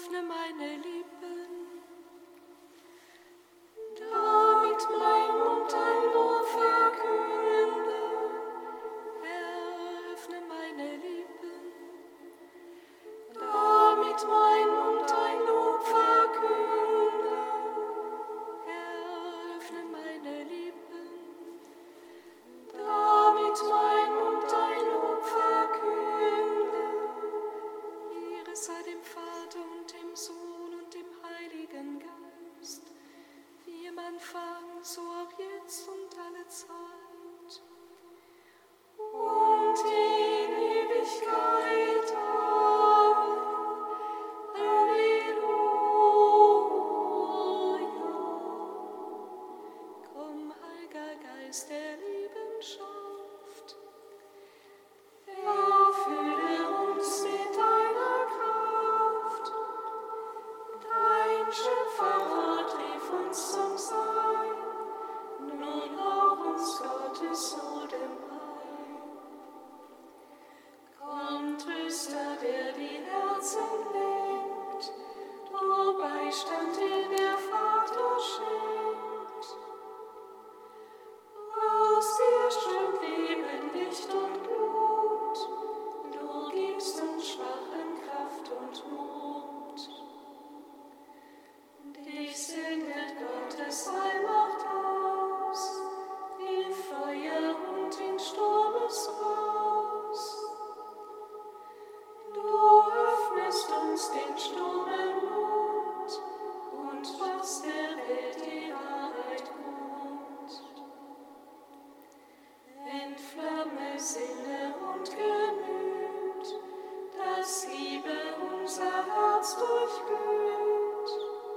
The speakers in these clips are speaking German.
öffne meine Lippen, damit mein Mund dein Lob verkünde. Herr, öffne meine Lippen, damit mein Mund dein Lob verkünde. Herr, öffne meine Lippen, damit mein Mund dein Lob verkünde. Ehre sei dem Vater und dem Sohn und dem Heiligen Geist, wie im Anfang, so auch jetzt und alle Zeit und in Ewigkeit. Amen. Halleluja. Komm, Heiliger Geist der Liebenschaft, erfülle uns mit deiner Kraft. Dein Schöpferwort rief uns zum Sein, nun auch uns Gottes Odem ein. Komm, Tröster, der die Herzen lenkt, du Beistand, den der Vater schenkt. Aus dir strömt Leben, Licht und Blut, du gibst uns Schwachen Kraft und Mut. Dich sendet Gottes Allmacht aus, in Feuer und in Sturmesbraus. Du öffnest uns den Sturmenmund und machst der Welt die Wahrheit kund. Entflamme Sinne und Gemüt, dass Liebe unser Herz durchglüht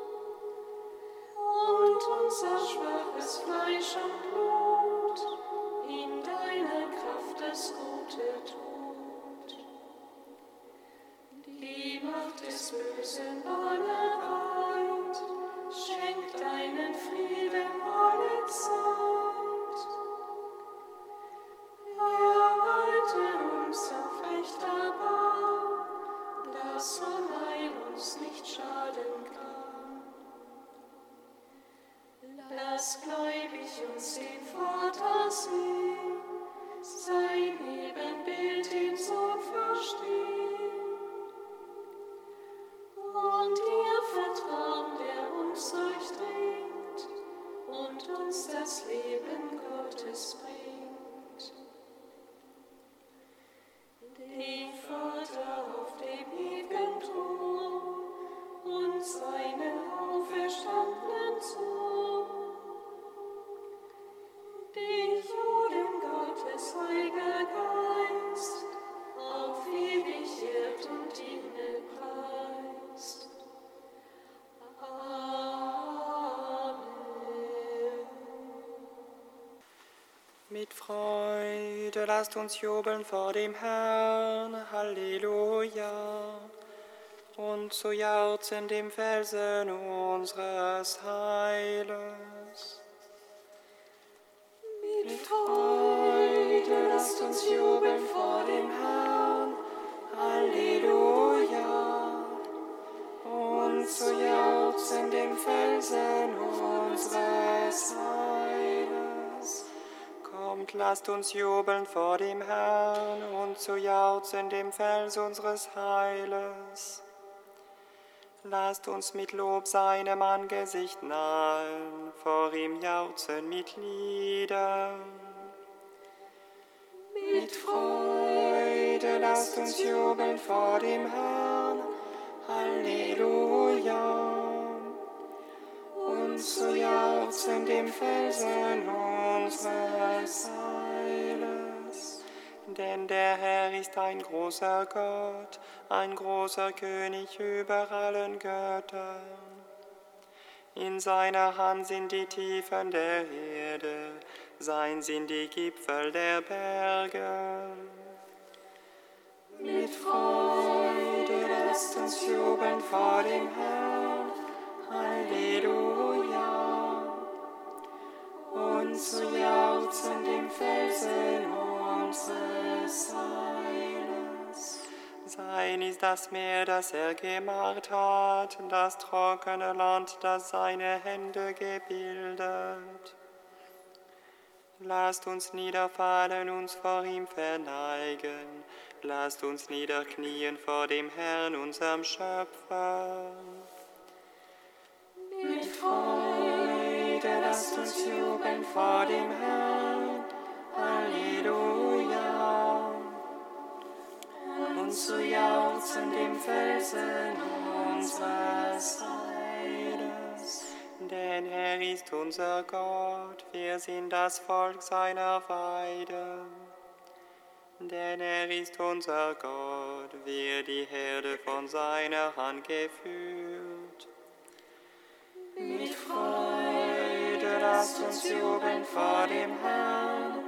und unser schwaches Fleisch und Blut in deiner Kraft das Gute tut. Die Macht des Bösen bannerweit, schenkt deinen Frieden alle Zeit. Erhalte uns auf rechter Bahn, dass so Leid uns nicht schaden kann. Lass gläubig uns den Vater sehen, sein Ebenbild den Sohn verstehen. Und ihr Vertrauen, der uns durchdringt und uns das Leben Gottes bringt. Den Vater auf dem ewigen Thron und seinen auferstandenen Sohn. Dich, o dem Gottes Heiliger Geist, auf ewig ehrt und Himmel preist. Amen. Mit Freude lasst uns jubeln vor dem Herrn, Halleluja, und zu jauchzen dem Felsen unseres Heiles. Mit Freude lasst uns jubeln vor dem Herrn, Halleluja, Und zu jauchzen dem Felsen unseres Heiles. Kommt, lasst uns jubeln vor dem Herrn und zu jauchzen dem Fels unseres Heiles. Lasst uns mit Lob seinem Angesicht nahen, vor ihm jauchzen mit Liedern. Mit Freude lasst uns jubeln vor dem Herrn, Halleluja. Und zu jauchzen dem Felsen unseres Heiles. Denn der Herr ist ein großer Gott, ein großer König über allen Göttern. In seiner Hand sind die Tiefen der Erde, sein sind die Gipfel der Berge. Mit Freude lasst uns jubeln vor dem Herrn, Halleluja. Und zu jauchzen dem Felsen unseres Heiles. Sein ist das Meer, das er gemacht hat, das trockene Land, das seine Hände gebildet. Lasst uns niederfallen, uns vor ihm verneigen. Lasst uns niederknien vor dem Herrn, unserem Schöpfer. Mit Freude lasst uns jubeln vor dem Herrn. Halleluja. Und zu jauchzen dem Felsen unseres Heiles. Denn er ist unser Gott, wir sind das Volk seiner Weide. Denn er ist unser Gott, wir die Herde von seiner Hand geführt. Mit Freude lasst uns jubeln vor dem Herrn.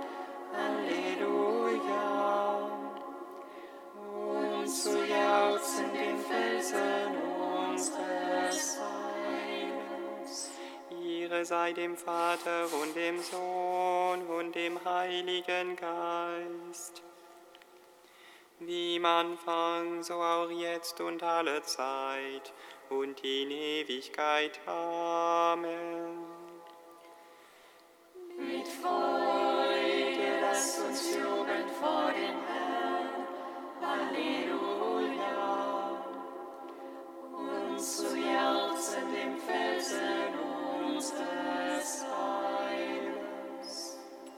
Halleluja. Und zu jauchzen dem Felsen unseres Heiles. Ehre sei dem Vater und dem Sohn und dem Heiligen Geist. Wie im Anfang, so auch jetzt und alle Zeit und in Ewigkeit. Amen. Mit Freude lasst uns jubeln vor dem Herrn. Halleluja. Und zu jauchzen dem Felsen unseres Heiles.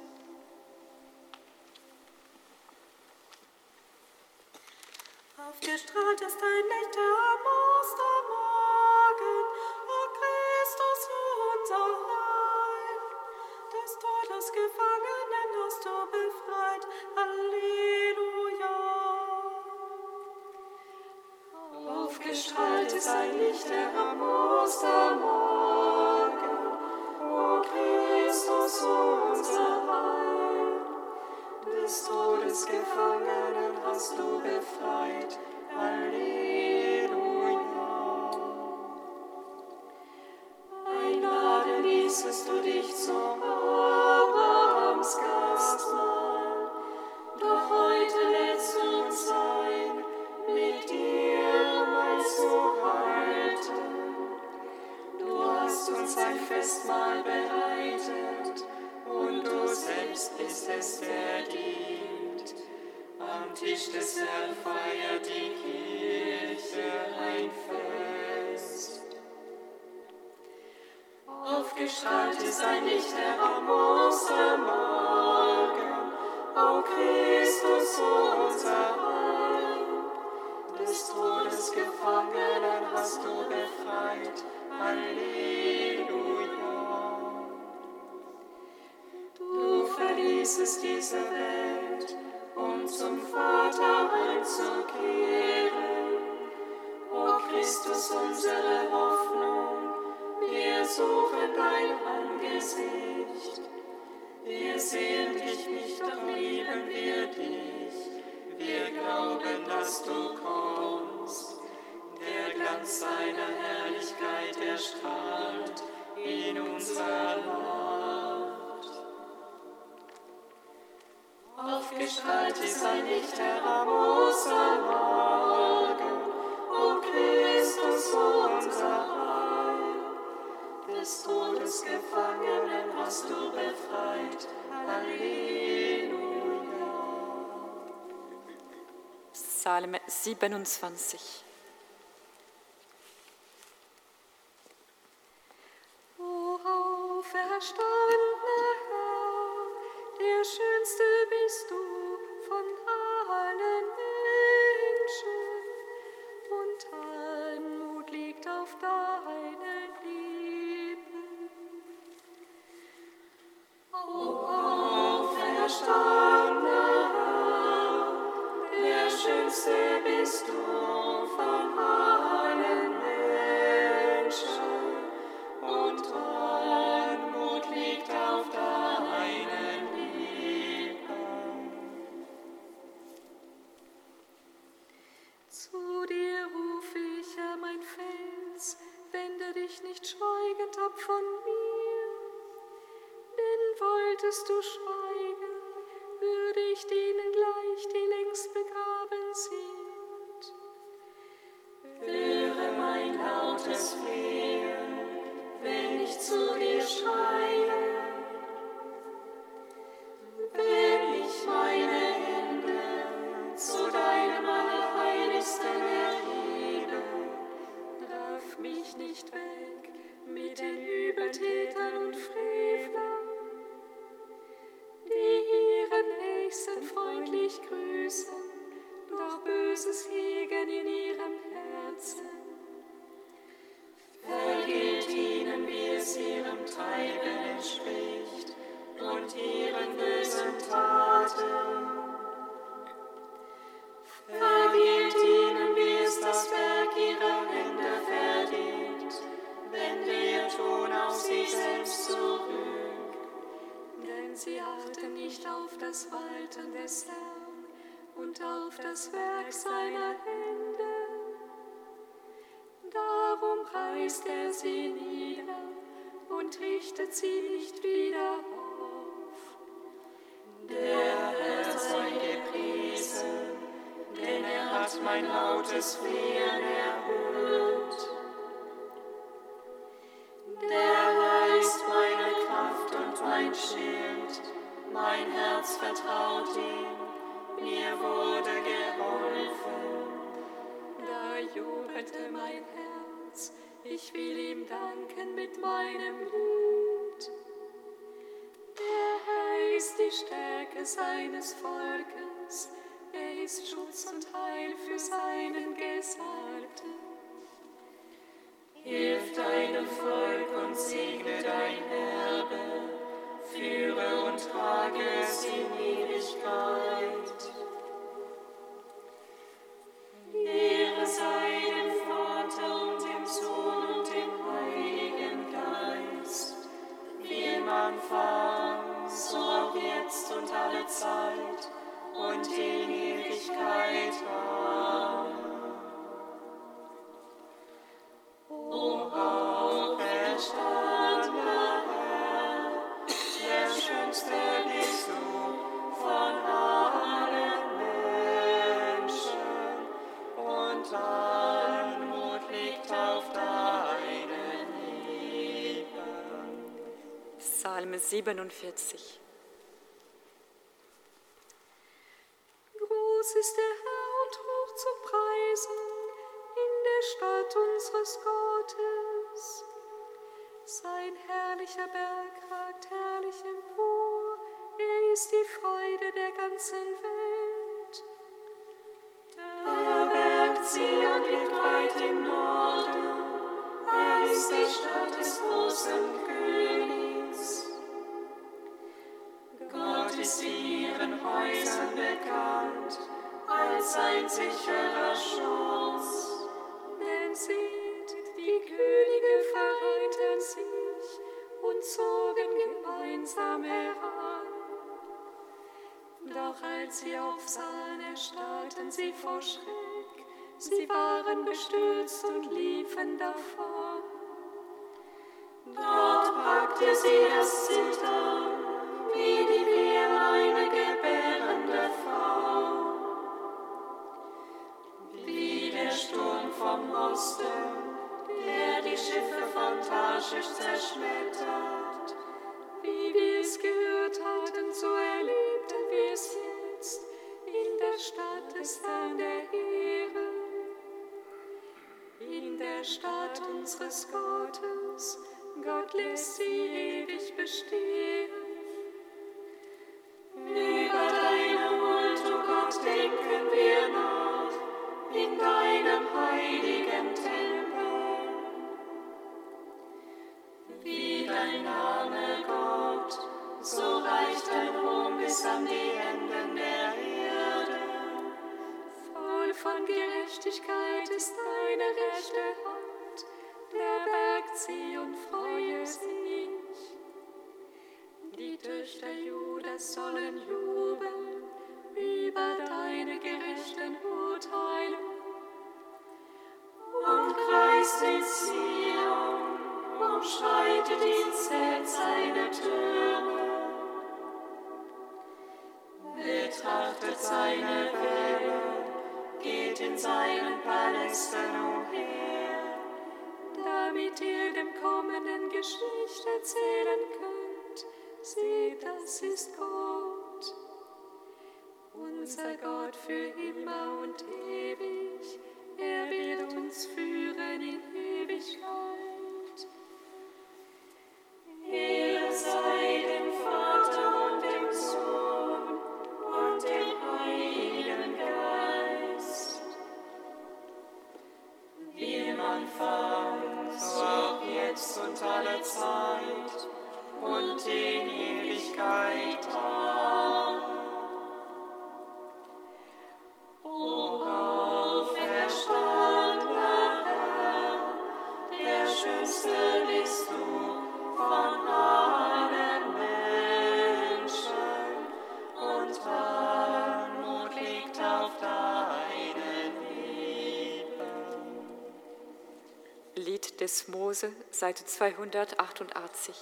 Aufgestrahlt ist ein Licht am Ostermorgen, o Christus, unser Heil. Des Todes Gefangenen hast du befreit, Halleluja. Aufgestrahlt ist ein Licht am Ostermorgen, o Christus, unser Heil. Des Todes Gefangenen hast du befreit, Halleluja. Einladen ließest du dich zum Abrahams Gastmahl, doch heute lädst du uns ein, mit dir Mahl zu halten. Du hast uns ein Festmahl bereitet, und du selbst bist es, der dient. Am Tisch des Herrn feiert die Kirche ein Fest. Aufgestrahlt ist ein Licht am Ostermorgen, o Christus, unser Heil. Des Todes Gefangenen hast du befreit, Halleluja. Du verließest diese Welt, um zum Vater einzukehren. O Christus, unsere Hoffnung, wir suchen dein Angesicht. Wir sehen dich nicht, doch lieben wir dich. Wir glauben, dass du kommst. Der Glanz seiner Herrlichkeit erstrahlt in unserer Nacht. Aufgestrahlt ist ein Licht am Ostermorgen, o Christus, unser Heil. Des Todes Gefangenen hast du befreit, Halleluja. Psalm 27. O auferstandener Herr, der Schönste bist du von allen Menschen, und Anmut liegt auf deinen Lippen. O auferstandener Herr, der Schönste bist du von allen Menschen, und Anmut liegt auf deinen Lippen. Zu dir rufe ich, Herr, mein Fels, wende dich nicht schweigend ab von mir. Denn wolltest du schweigen, würde ich denen gleich, die längst begraben sind. lautes Flehen, wenn ich zu dir schreie. Wenn ich meine Hände zu deinem Allerheiligsten erhebe, Raff mich nicht weg mit den Übeltätern und Frevlern, die ihren Nächsten freundlich grüßen, doch Böses hegen in ihrem Herzen. vergilt ihnen, wie es ihrem Treiben entspricht, und ihren bösen Taten. Vergilt ihnen, wie es das Werk ihrer Hände verdient, wende ihr Ton auf sich selbst zurück. Denn sie achten nicht auf das Walten des Herrn und auf das Werk seiner Hände. Darum reißt er sie nieder und richtet sie nicht wieder auf. Der Herr sei gepriesen, denn er hat mein lautes Flehen erhört. Der Herr ist meine Kraft und mein Schild, mein Herz vertraut ihm, mir wurde geholfen. Da jubelte mein Herz, ich will ihm danken mit meinem Lied. Der Herr ist die Stärke seines Volkes, er ist Schutz und Heil für seinen Gesalbten. Hilf deinem Volk und segne dein Erbe, führe und trage es in Ewigkeit. Ehre sei dem Vater und dem Sohn und dem Heiligen Geist, wie im Anfang, so auch jetzt und alle Zeit und in Ewigkeit. Amen. O auferstandener Herr, der Schönste bist du von allen Menschen, und Anmut liegt auf deinen Lippen. Psalm 47. Groß ist der Herr und hoch zu preisen in der Stadt unseres Gottes. Sein herrlicher Berg ragt herrlich empor, er ist die Freude der ganzen Welt. Der Berg Zion liegt weit im Norden, er ist die Stadt des großen Königs. Gott ist in ihren Häusern bekannt, als ein sicherer Schutz. Denn seht, die Könige vereinten sich und zogen gemeinsam heran. Doch als sie aufsahen, erstarrten sie vor Schreck, sie waren bestürzt und liefen davon. Dort packte sie das Zittern, wie die Wehen eine gebärende Frau. Wie der Sturm vom Osten, der die Schiffe von Tarschisch zerschmettert. Wie wir es gehört hatten, so erlebten wir es jetzt in der Stadt des Herrn der Ehre. In der Stadt unseres Gottes, Gott lässt sie ewig bestehen. Über deine Huld, o Gott, denken wir nach, in deinem heiligen Tempel. Wie dein Name, Gott, so reicht dein Ruhm bis an die Enden der Erde. Voll von Gerechtigkeit ist deine rechte Hand, der Berg Zion freue sich. Die Töchter Judas sollen jubeln über deine gerechten Urteile. Umkreist in Zion, umschreitet ihn Zelt seine Türme. Betrachtet seine Welle, geht in seinen Palästen umher. dem kommenden Geschlecht erzählen könnt, seht, das ist Gott. Unser Gott für immer und ewig, er wird uns führen in Ewigkeit. Ehre sei dem Vater und dem Sohn und dem Heiligen Geist. Wie im Anfang, so auch jetzt und alle Zeit und in Ewigkeit. Amen. O auferstandener Herr, der Schönste bist du von allen Menschen, und Anmut liegt auf deinen Lippen. Lied des Mose, Seite 288.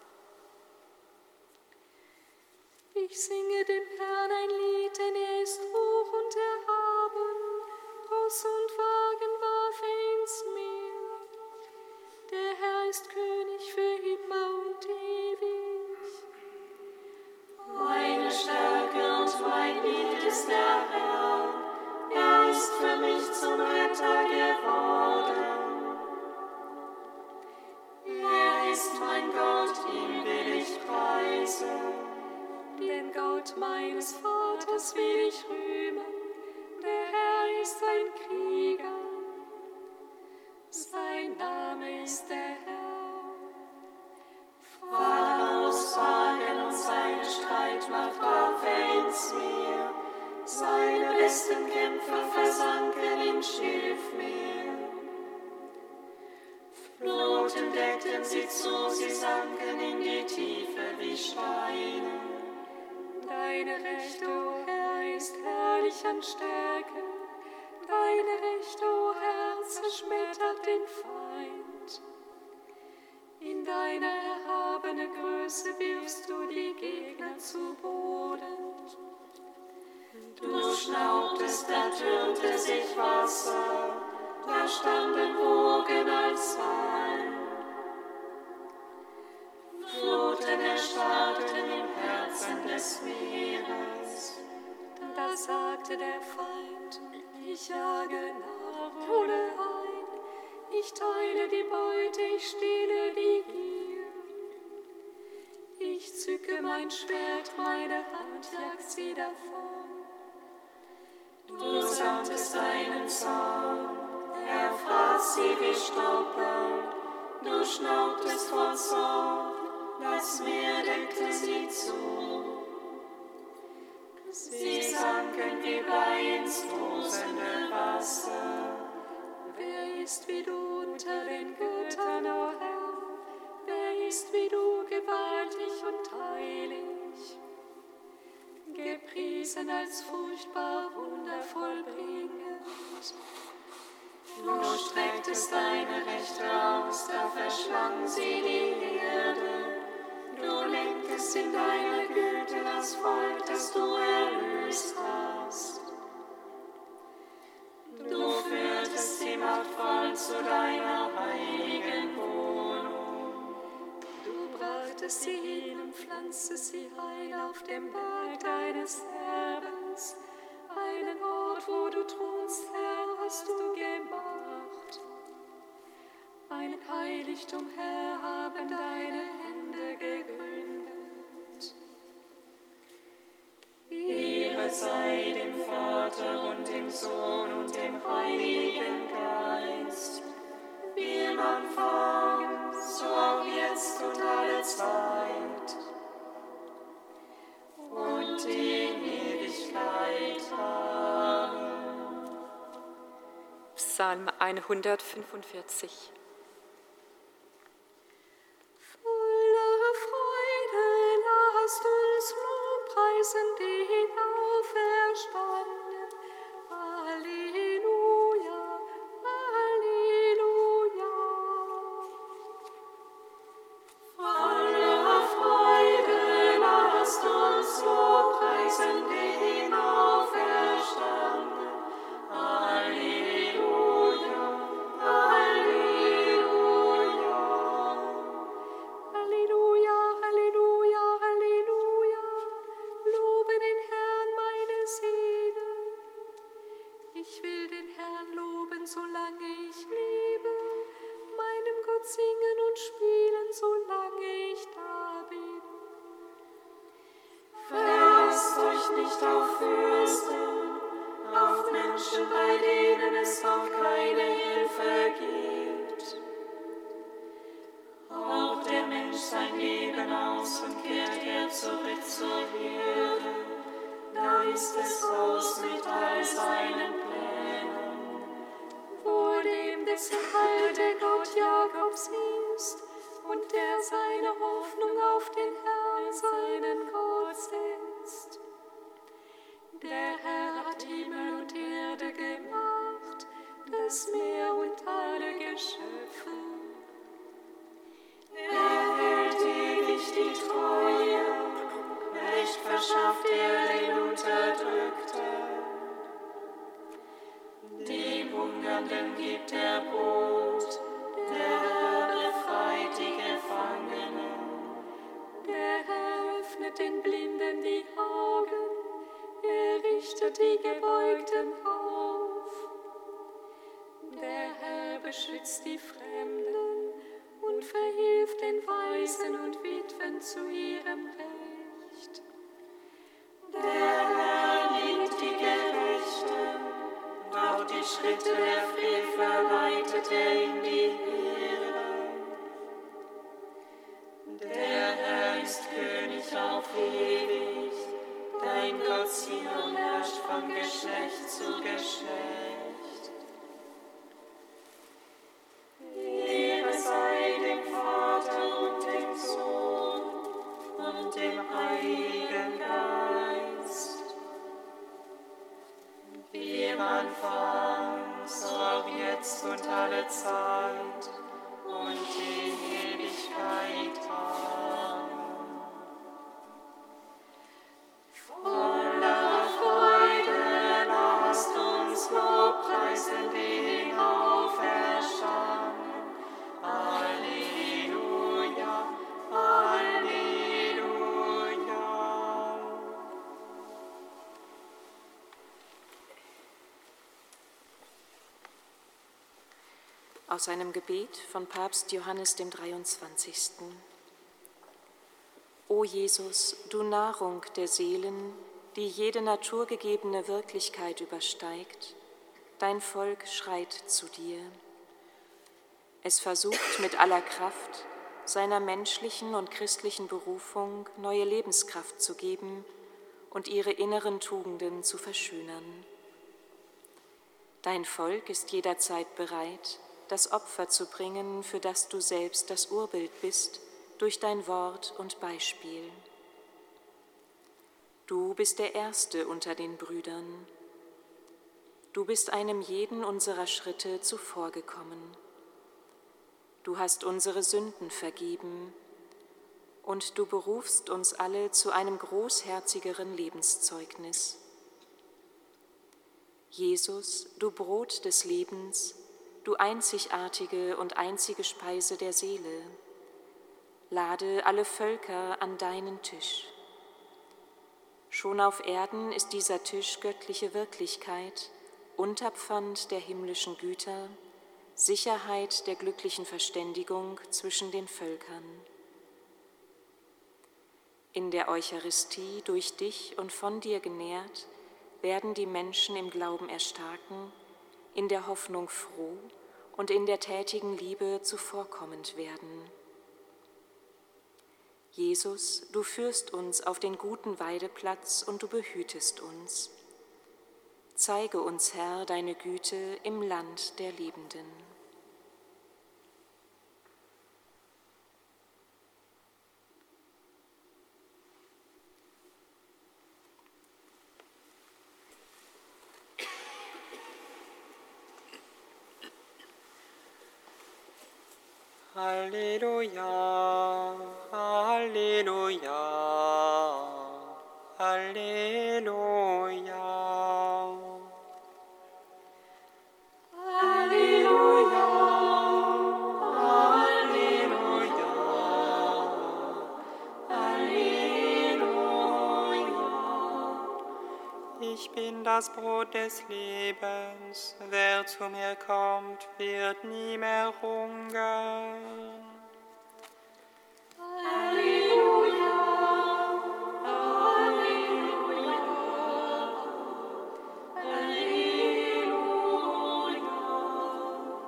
Ich singe dem Herrn ein Lied, denn er ist hoch und erhaben. Ross und Wagen warf er ins Meer. Der Herr ist König für immer und ewig. Meine Stärke und mein Lied ist der Herr. Er ist für mich zum Retter geworden. Er ist mein Gott, ihn will ich preisen. Den Gott meines Vaters will ich rühmen, der Herr ist ein Krieger, sein Name ist der Herr. Pharaos Wagen und seine Streitmacht warf er ins Meer, seine besten Kämpfer versanken im Schilfmeer. Floten deckten sie zu, sie sanken in die Tiefe wie Steine. Deine Rechte, o Herr, ist herrlich an Stärke. Deine Rechte, o Herr, zerschmettert den Feind. In deiner erhabenen Größe wirfst du die Gegner zu Boden. Du schnaubtest, da türmte sich Wasser, da standen Wogen als Wein. Fluten erstarrten im Herzen des Meeres. Da sagte der Feind, ich jage nach ohne ein, ich teile die Beute, ich stehle die Gier. Ich zücke mein Schwert, meine Hand jagt sie davon. Du sandtest deinen Zorn, er fraß sie wie Stoppeln, du schnaubtest vor Zorn, das Meer deckte sie zu. Sie sanken wie Blei ins tosende Wasser. Wer ist wie du unter den Göttern, o Herr? Wer ist wie du gewaltig und heilig? Gepriesen als furchtbar wundervoll bringend. Du strecktest deine Rechte aus, da verschlang sie die Erde. Du lenktest in deiner Güte das Volk, das du erlöst hast. Du führtest sie machtvoll zu deiner heiligen Wohnung. Du brachtest sie hin und pflanztest sie ein auf dem Berg deines Herbens. Einen Ort, wo du thronst, Herr, hast du gemacht. Ein Heiligtum, Herr, haben deine Hände gegründet. Ehre sei dem Vater und dem Sohn und dem Heiligen Geist, wie im Anfang, so auch jetzt und alle Zeit und in Ewigkeit. Amen. Psalm 145. Den Auferstandenen. Halleluja, Halleluja. Voller Freude lasst uns lobpreisen den Auferstandenen. Halleluja, Halleluja. solange ich lebe, meinem Gott singen und spielen, solange ich da bin. Verlasst euch nicht auf Fürsten, auf Menschen, bei denen es noch keine Hilfe gibt. Haucht der Mensch sein Leben aus und kehrt er zurück zur Herde, da ist es aus mit all seinen Plänen. Wohl dem, dessen Heil der Gott Jakobs ist und der seine Hoffnung auf den Herrn, seinen Gott setzt. Der Herr hat Himmel und Erde gemacht, das Meer und alle Geschöpfe. Er hält ewig die Treue, Recht verschafft er den Unterdrückten. Dem Hungernden gibt er Brot, der Herr befreit die Gefangenen. Der Herr öffnet den Blinden die Augen, er richtet die Gebeugten auf. Der Herr beschützt die Fremden und verhilft den Waisen und Witwen zu ihrem Recht. Der Herr liebt die Gerechten, und auch die Schritte der Frevler leitet er in die Irre. Der Herr ist König auf ewig, dein Gott Zion herrscht von Geschlecht zu Geschlecht. Ehre sei dem Vater und dem Sohn und dem Heiligen Geist, wie im Anfang, so auch jetzt und alle Zeit und in Ewigkeit. Amen. Voller Freude lasst uns Lobpreisen den Auferstandenen. Halleluja, Halleluja. Aus einem Gebet von Papst Johannes dem 23. O Jesus, du Nahrung der Seelen, die jede naturgegebene Wirklichkeit übersteigt, dein Volk schreit zu dir. Es versucht mit aller Kraft, seiner menschlichen und christlichen Berufung neue Lebenskraft zu geben und ihre inneren Tugenden zu verschönern. Dein Volk ist jederzeit bereit, das Opfer zu bringen, für das du selbst das Urbild bist, durch dein Wort und Beispiel. Du bist der Erste unter den Brüdern. Du bist einem jeden unserer Schritte zuvorgekommen. Du hast unsere Sünden vergeben und du berufst uns alle zu einem großherzigeren Lebenszeugnis. Jesus, du Brot des Lebens, du einzigartige und einzige Speise der Seele, lade alle Völker an deinen Tisch. Schon auf Erden ist dieser Tisch göttliche Wirklichkeit, Unterpfand der himmlischen Güter, Sicherheit der glücklichen Verständigung zwischen den Völkern. In der Eucharistie, durch dich und von dir genährt, werden die Menschen im Glauben erstarken, in der Hoffnung froh und in der tätigen Liebe zuvorkommend werden. Jesus, du führst uns auf den guten Weideplatz und du behütest uns. Zeige uns, Herr, deine Güte im Land der Lebenden. Halleluja, Halleluja, Halleluja. Halleluja, Halleluja, Halleluja. Ich bin das das Brot des Lebens. Wer zu mir kommt, wird nie mehr hungern. Halleluja, Halleluja, Halleluja.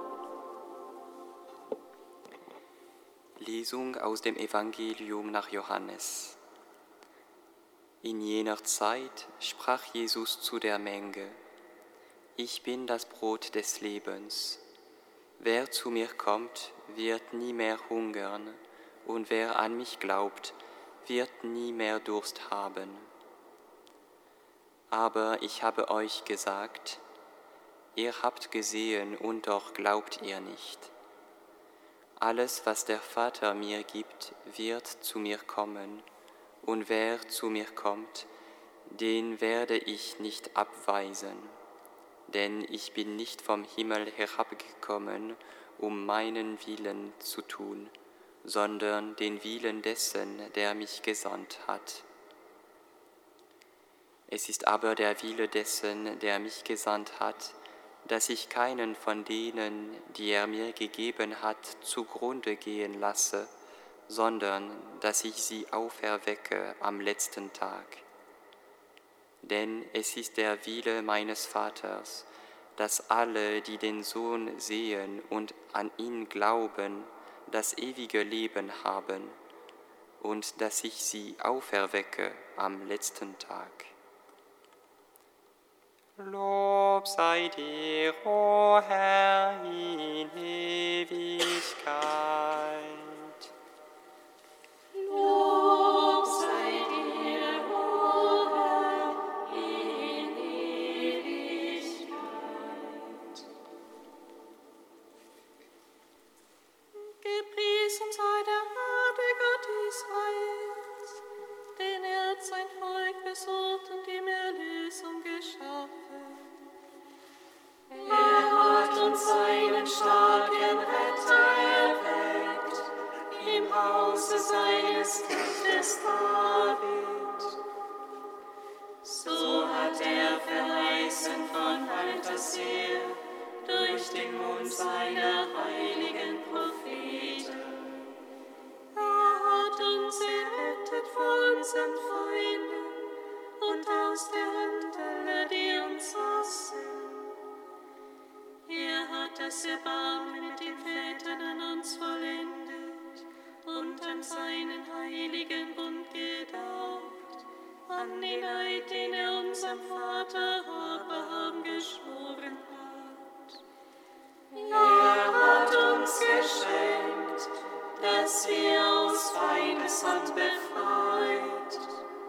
Lesung aus dem Evangelium nach Johannes. In jener Zeit sprach Jesus zu der Menge: Ich bin das Brot des Lebens. Wer zu mir kommt, wird nie mehr hungern, und wer an mich glaubt, wird nie mehr Durst haben. Aber ich habe euch gesagt, ihr habt gesehen und doch glaubt ihr nicht. Alles, was der Vater mir gibt, wird zu mir kommen, und wer zu mir kommt, den werde ich nicht abweisen. Denn ich bin nicht vom Himmel herabgekommen, um meinen Willen zu tun, sondern den Willen dessen, der mich gesandt hat. Es ist aber der Wille dessen, der mich gesandt hat, dass ich keinen von denen, die er mir gegeben hat, zugrunde gehen lasse, sondern dass ich sie auferwecke am letzten Tag. Denn es ist der Wille meines Vaters, dass alle, die den Sohn sehen und an ihn glauben, das ewige Leben haben, und dass ich sie auferwecke am letzten Tag. Lob sei dir, o Herr, in Ewigkeit. Lob sei dir, o Herr, in Ewigkeit. Gepriesen sei der Herr, der Gott Israels, denn er hat sein Volk besucht und ihm Erlösung geschaffen. Er hat uns seinen starken Retter erweckt, im Hause seines Knechtes David. So hat er verheißen von alters her durch den Mund seiner heiligen Propheten. Er hat uns errettet vor unseren Feinden und aus der Hand aller, die uns hassen. Er hat das Erbarmen mit den Vätern an uns vollendet und an seinen heiligen Bund gedacht, an den Eid, den er unserem Vater Abraham geschworen hat. Er hat uns geschenkt, dass wir aus Feindeshand befreit,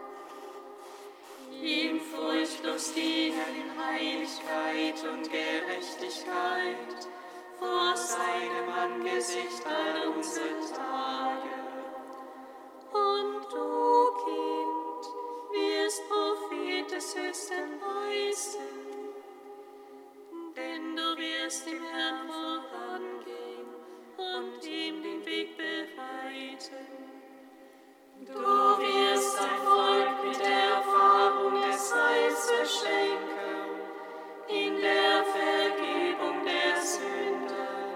ihm furchtlos dienen in Heiligkeit und Gerechtigkeit vor seinem Angesicht all unsere Tage. Und du, Kind, wirst Prophet des Höchsten heißen, denn du wirst dem Herrn vorangehen und ihm den Weg bereiten. Du wirst dein Volk mit der Erfahrung des Heils beschenken, in der Vergebung der Sünden.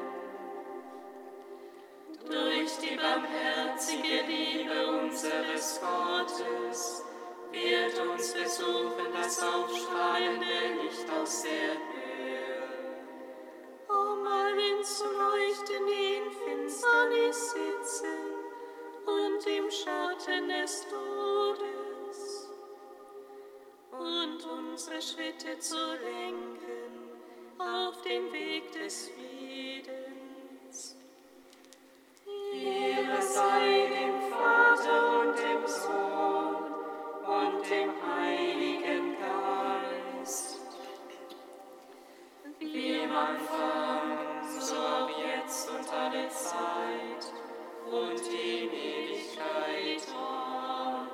Durch die barmherzige Liebe unseres Gottes wird uns besuchen das aufstrahlende Licht aus der Höhe, um allen zu leuchten, die in Finsternis sitzen und im Schatten des Todes, und unsere Schritte zu lenken auf den Weg des Friedens. Ehre sei dem Vater und dem Sohn und dem Heiligen Geist, wie im Anfang, so auch jetzt und alle Zeit und in Ewigkeit. Amen.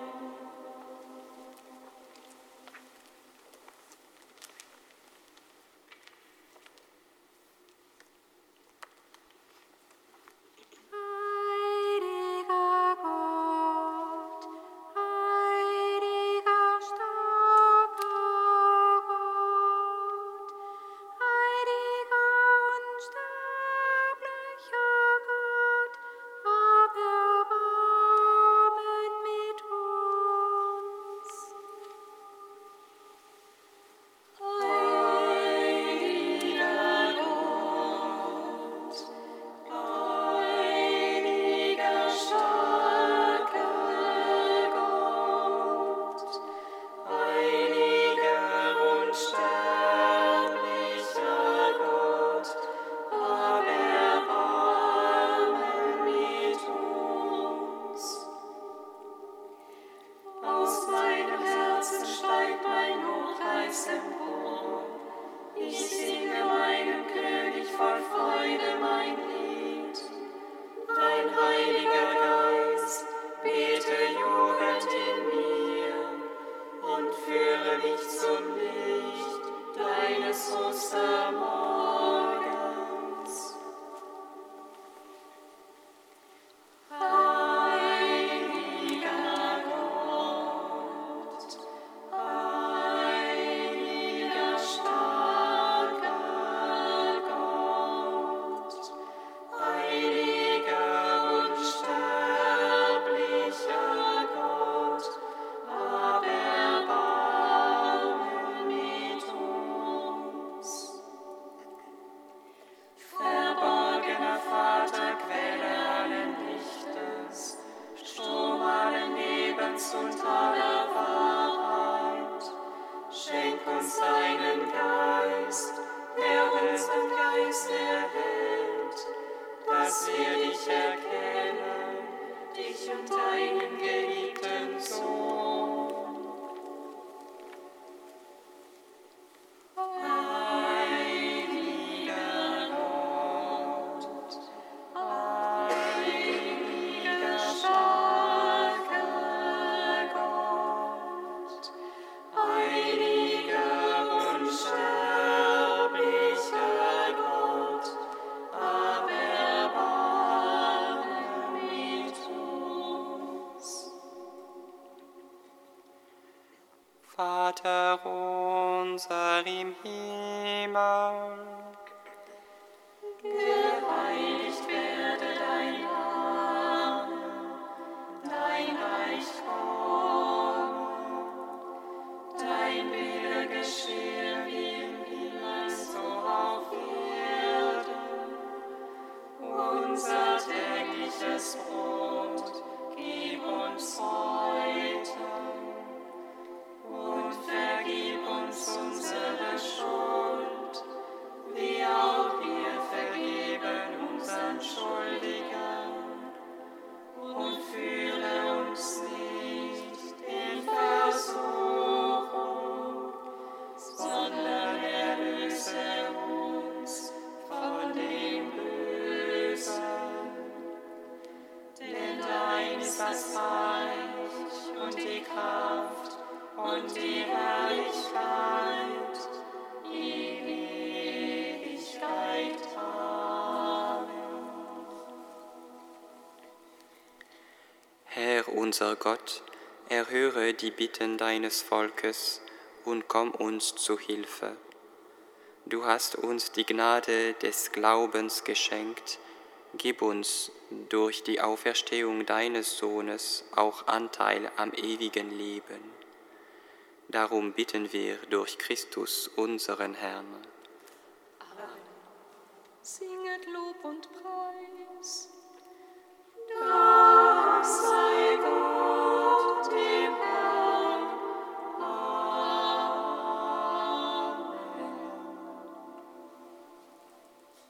Vater im Himmel. Geheiligt werde dein Name, dein Reich komme, dein Wille geschehe wie im Himmel, so auf Erden. Unser tägliches Brot gib uns heute und vergib uns unsere Schuld, wie auch wir vergeben unseren Schuldigern. Und führe uns nicht in Versuchung, sondern erlöse uns von dem Bösen. Denn dein ist das Reich und die Kraft und die Herrlichkeit in Ewigkeit. Amen. Herr unser Gott, erhöre die Bitten deines Volkes und komm uns zu Hilfe. Du hast uns die Gnade des Glaubens geschenkt. Gib uns durch die Auferstehung deines Sohnes auch Anteil am ewigen Leben. Darum bitten wir durch Christus, unseren Herrn. Amen. Singet Lob und Preis.